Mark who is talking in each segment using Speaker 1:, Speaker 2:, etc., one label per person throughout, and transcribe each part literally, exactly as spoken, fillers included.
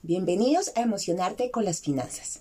Speaker 1: Bienvenidos a Emocionarte con las Finanzas.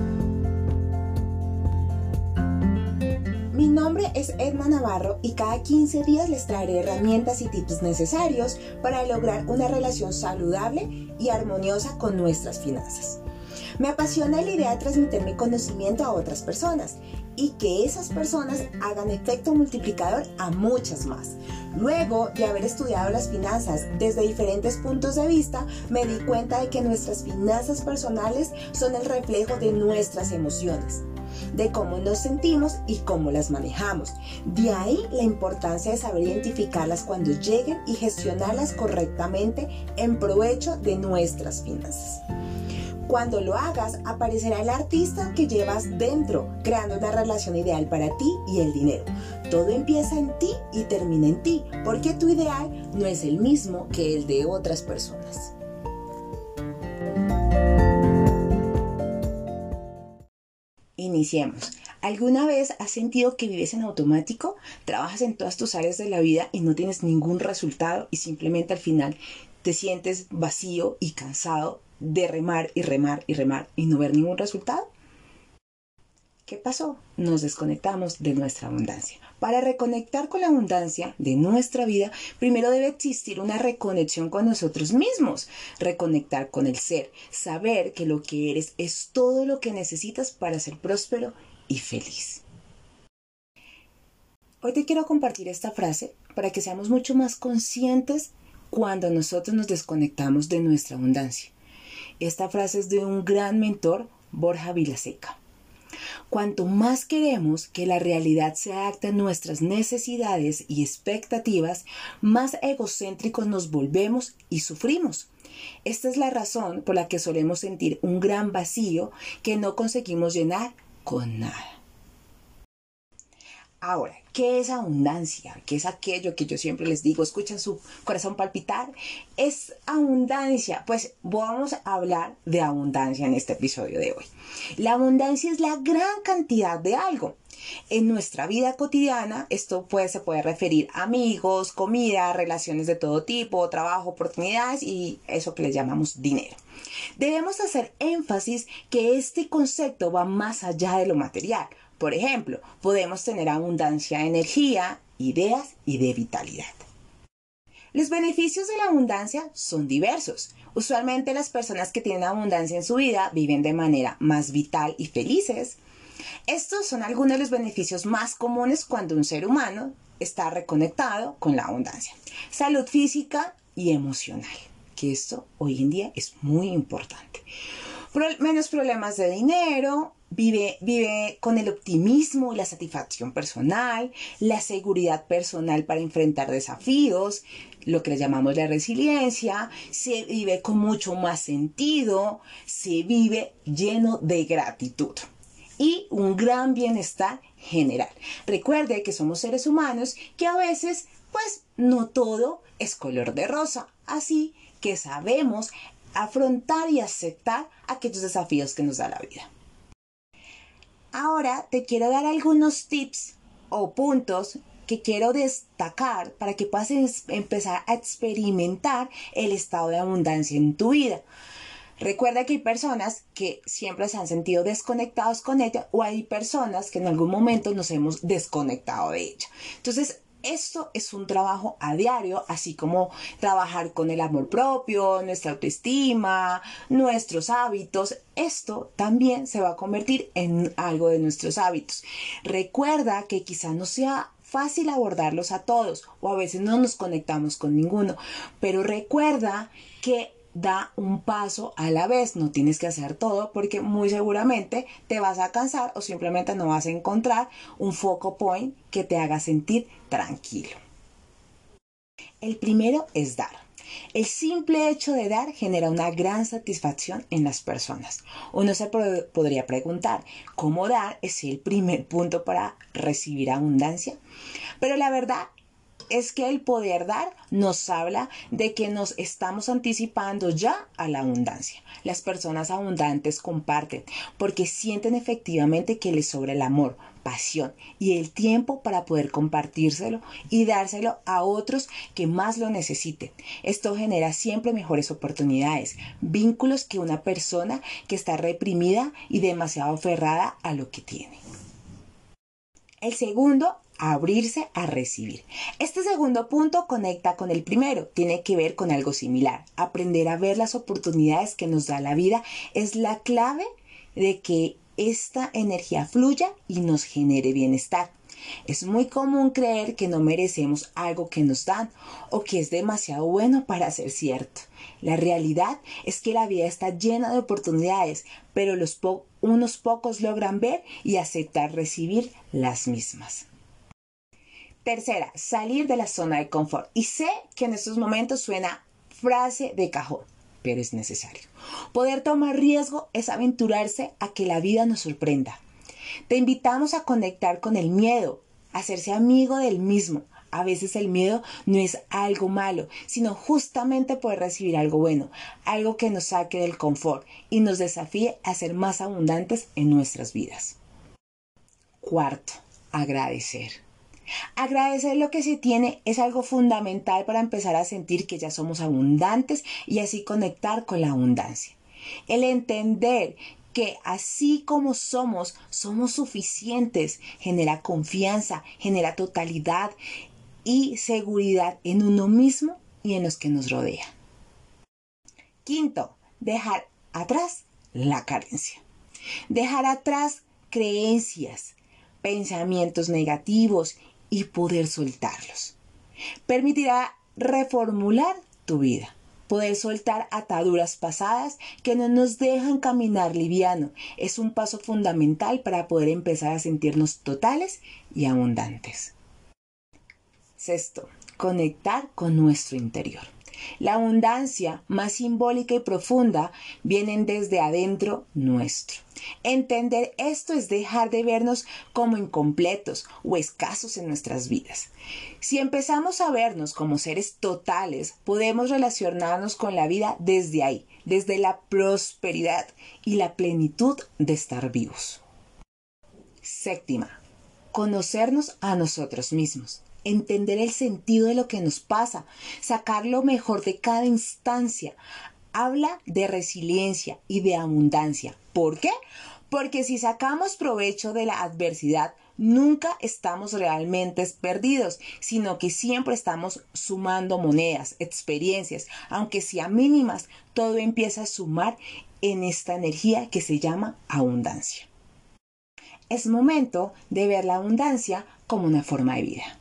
Speaker 1: Mi nombre es Edma Navarro y cada quince días les traeré herramientas y tips necesarios para lograr una relación saludable y armoniosa con nuestras finanzas. Me apasiona la idea de transmitir mi conocimiento a otras personas y que esas personas hagan efecto multiplicador a muchas más. Luego de haber estudiado las finanzas desde diferentes puntos de vista, me di cuenta de que nuestras finanzas personales son el reflejo de nuestras emociones, de cómo nos sentimos y cómo las manejamos. De ahí la importancia de saber identificarlas cuando lleguen y gestionarlas correctamente en provecho de nuestras finanzas. Cuando lo hagas, aparecerá el artista que llevas dentro, creando una relación ideal para ti y el dinero. Todo empieza en ti y termina en ti, porque tu ideal no es el mismo que el de otras personas. Iniciemos. ¿Alguna vez has sentido que vives en automático? Trabajas en todas tus áreas de la vida y no tienes ningún resultado y simplemente al final te sientes vacío y cansado de remar y remar y remar y no ver ningún resultado? ¿Qué pasó? Nos desconectamos de nuestra abundancia. Para reconectar con la abundancia de nuestra vida, primero debe existir una reconexión con nosotros mismos, reconectar con el ser, saber que lo que eres es todo lo que necesitas para ser próspero y feliz. Hoy te quiero compartir esta frase para que seamos mucho más conscientes cuando nosotros nos desconectamos de nuestra abundancia. Esta frase es de un gran mentor, Borja Vilaseca. Cuanto más queremos que la realidad se adapte a nuestras necesidades y expectativas, más egocéntricos nos volvemos y sufrimos. Esta es la razón por la que solemos sentir un gran vacío que no conseguimos llenar con nada. Ahora, ¿qué es abundancia? ¿Qué es aquello que yo siempre les digo? ¿Escuchan su corazón palpitar? ¿Es abundancia? Pues vamos a hablar de abundancia en este episodio de hoy. La abundancia es la gran cantidad de algo. En nuestra vida cotidiana, esto puede, se puede referir a amigos, comida, relaciones de todo tipo, trabajo, oportunidades y eso que les llamamos dinero. Debemos hacer énfasis que este concepto va más allá de lo material. Por ejemplo, podemos tener abundancia de energía, ideas y de vitalidad. Los beneficios de la abundancia son diversos. Usualmente las personas que tienen abundancia en su vida viven de manera más vital y felices. Estos son algunos de los beneficios más comunes cuando un ser humano está reconectado con la abundancia. Salud física y emocional, que esto hoy en día es muy importante. Pro- menos problemas de dinero. Vive, vive con el optimismo y la satisfacción personal, la seguridad personal para enfrentar desafíos, lo que le llamamos la resiliencia, se vive con mucho más sentido, se vive lleno de gratitud y un gran bienestar general. Recuerde que somos seres humanos que a veces, pues, no todo es color de rosa, así que sabemos afrontar y aceptar aquellos desafíos que nos da la vida. Ahora te quiero dar algunos tips o puntos que quiero destacar para que puedas empezar a experimentar el estado de abundancia en tu vida. Recuerda que hay personas que siempre se han sentido desconectados con ella o hay personas que en algún momento nos hemos desconectado de ella. Entonces, esto es un trabajo a diario, así como trabajar con el amor propio, nuestra autoestima, nuestros hábitos. Esto también se va a convertir en algo de nuestros hábitos. Recuerda que quizá no sea fácil abordarlos a todos o a veces no nos conectamos con ninguno, pero recuerda que da un paso a la vez, no tienes que hacer todo porque muy seguramente te vas a cansar o simplemente no vas a encontrar un foco point que te haga sentir tranquilo. El primero es dar. El simple hecho de dar genera una gran satisfacción en las personas. Uno se pod- podría preguntar, ¿cómo dar es el primer punto para recibir abundancia? Pero la verdad es que el poder dar nos habla de que nos estamos anticipando ya a la abundancia. Las personas abundantes comparten porque sienten efectivamente que les sobra el amor, pasión y el tiempo para poder compartírselo y dárselo a otros que más lo necesiten. Esto genera siempre mejores oportunidades, vínculos que una persona que está reprimida y demasiado aferrada a lo que tiene. El segundo, abrirse a recibir. Este segundo punto conecta con el primero, tiene que ver con algo similar. Aprender a ver las oportunidades que nos da la vida es la clave de que esta energía fluya y nos genere bienestar. Es muy común creer que no merecemos algo que nos dan o que es demasiado bueno para ser cierto. La realidad es que la vida está llena de oportunidades, pero los po- unos pocos logran ver y aceptar recibir las mismas. Tercera, salir de la zona de confort. Y sé que en estos momentos suena frase de cajón, pero es necesario. Poder tomar riesgo es aventurarse a que la vida nos sorprenda. Te invitamos a conectar con el miedo, a hacerse amigo del mismo. A veces el miedo no es algo malo, sino justamente poder recibir algo bueno, algo que nos saque del confort y nos desafíe a ser más abundantes en nuestras vidas. Cuarto, agradecer. Agradecer lo que se tiene es algo fundamental para empezar a sentir que ya somos abundantes y así conectar con la abundancia. El entender que así como somos, somos suficientes, genera confianza, genera totalidad y seguridad en uno mismo y en los que nos rodean. Quinto, dejar atrás la carencia. Dejar atrás creencias, pensamientos negativos y poder soltarlos. Permitirá reformular tu vida, poder soltar ataduras pasadas que no nos dejan caminar liviano. Es un paso fundamental para poder empezar a sentirnos totales y abundantes. Sexto, conectar con nuestro interior. La abundancia más simbólica y profunda vienen desde adentro nuestro. Entender esto es dejar de vernos como incompletos o escasos en nuestras vidas. Si empezamos a vernos como seres totales, podemos relacionarnos con la vida desde ahí, desde la prosperidad y la plenitud de estar vivos. Séptima, conocernos a nosotros mismos. Entender el sentido de lo que nos pasa, sacar lo mejor de cada instancia. Habla de resiliencia y de abundancia. ¿Por qué? Porque si sacamos provecho de la adversidad, nunca estamos realmente perdidos, sino que siempre estamos sumando monedas, experiencias, aunque sean mínimas, todo empieza a sumar en esta energía que se llama abundancia. Es momento de ver la abundancia como una forma de vida.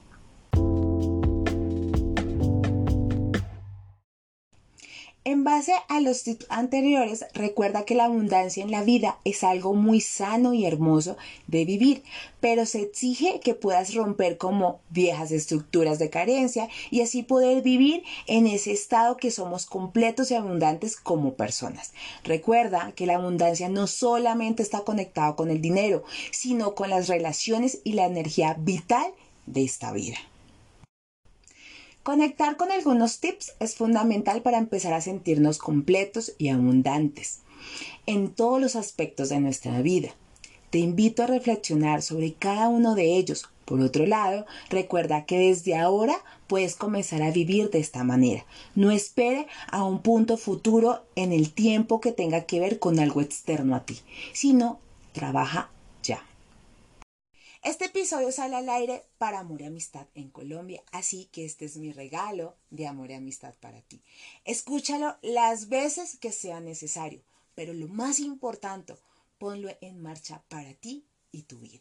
Speaker 1: En base a los tips anteriores, recuerda que la abundancia en la vida es algo muy sano y hermoso de vivir, pero se exige que puedas romper como viejas estructuras de carencia y así poder vivir en ese estado que somos completos y abundantes como personas. Recuerda que la abundancia no solamente está conectada con el dinero, sino con las relaciones y la energía vital de esta vida. Conectar con algunos tips es fundamental para empezar a sentirnos completos y abundantes en todos los aspectos de nuestra vida. Te invito a reflexionar sobre cada uno de ellos. Por otro lado, recuerda que desde ahora puedes comenzar a vivir de esta manera. No espere a un punto futuro en el tiempo que tenga que ver con algo externo a ti, sino trabaja ya. Este episodio sale al aire para Amor y Amistad en Colombia, así que este es mi regalo de amor y amistad para ti. Escúchalo las veces que sea necesario, pero lo más importante, ponlo en marcha para ti y tu vida.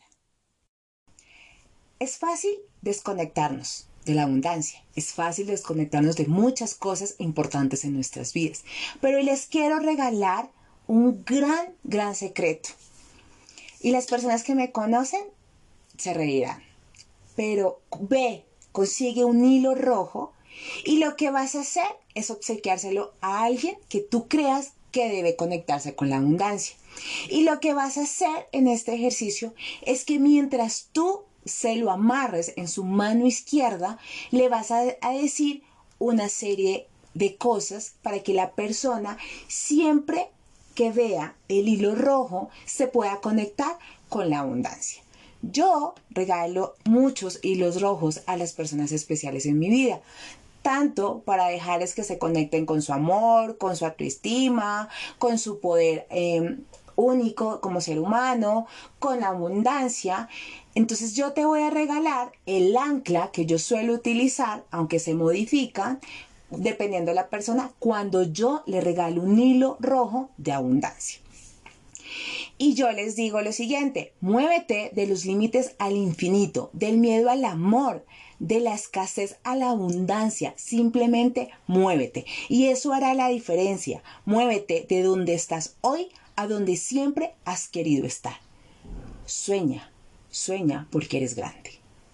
Speaker 1: Es fácil desconectarnos de la abundancia, es fácil desconectarnos de muchas cosas importantes en nuestras vidas, pero les quiero regalar un gran, gran secreto. Y las personas que me conocen se reirán, pero ve, consigue un hilo rojo y lo que vas a hacer es obsequiárselo a alguien que tú creas que debe conectarse con la abundancia. Y lo que vas a hacer en este ejercicio es que mientras tú se lo amarres en su mano izquierda, le vas a, a decir una serie de cosas para que la persona siempre que vea el hilo rojo se pueda conectar con la abundancia. Yo regalo muchos hilos rojos a las personas especiales en mi vida, tanto para dejarles que se conecten con su amor, con su autoestima, con su poder eh, único como ser humano, con la abundancia. Entonces yo te voy a regalar el ancla que yo suelo utilizar, aunque se modifican dependiendo de la persona, cuando yo le regalo un hilo rojo de abundancia. Y yo les digo lo siguiente: muévete de los límites al infinito, del miedo al amor, de la escasez a la abundancia. Simplemente muévete y eso hará la diferencia. Muévete de donde estás hoy a donde siempre has querido estar. Sueña, sueña porque eres grande.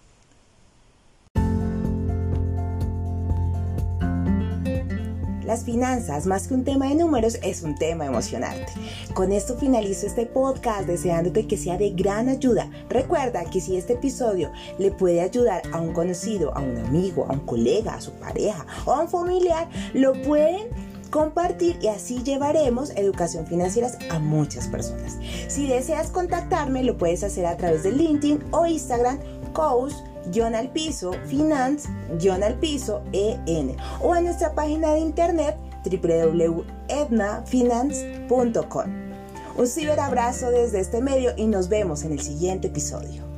Speaker 1: Las finanzas, más que un tema de números, es un tema emocionante. Con esto finalizo este podcast deseándote que sea de gran ayuda. Recuerda que si este episodio le puede ayudar a un conocido, a un amigo, a un colega, a su pareja o a un familiar, lo pueden compartir y así llevaremos educación financiera a muchas personas. Si deseas contactarme, lo puedes hacer a través de LinkedIn o Instagram, coach guión al piso, finance, guión al piso, en, o a nuestra página de internet w w w punto edna finance punto com. Un ciberabrazo desde este medio y nos vemos en el siguiente episodio.